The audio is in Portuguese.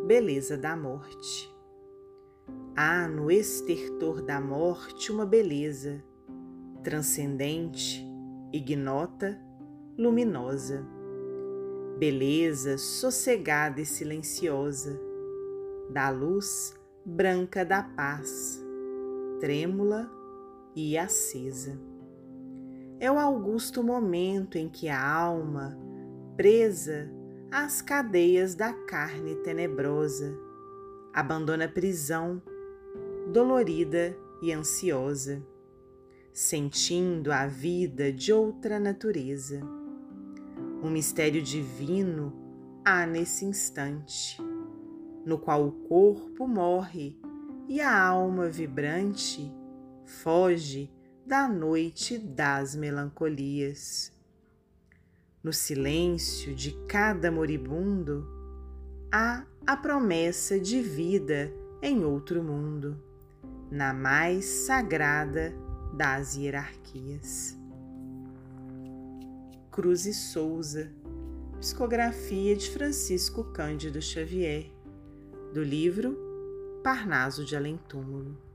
beleza da morte. Há no estertor da morte uma beleza, transcendente, ignota, luminosa. Beleza sossegada e silenciosa, da luz branca da paz, trêmula e acesa. É o augusto momento em que a alma, presa às cadeias da carne tenebrosa, abandona a prisão, dolorida e ansiosa, sentindo a vida de outra natureza. Um mistério divino há nesse instante, no qual o corpo morre e a alma vibrante foge da noite das melancolias. No silêncio de cada moribundo há a promessa de vida em outro mundo, na mais sagrada das hierarquias. Cruz e Souza, psicografia de Francisco Cândido Xavier, do livro Parnaso de Além-Túmulo.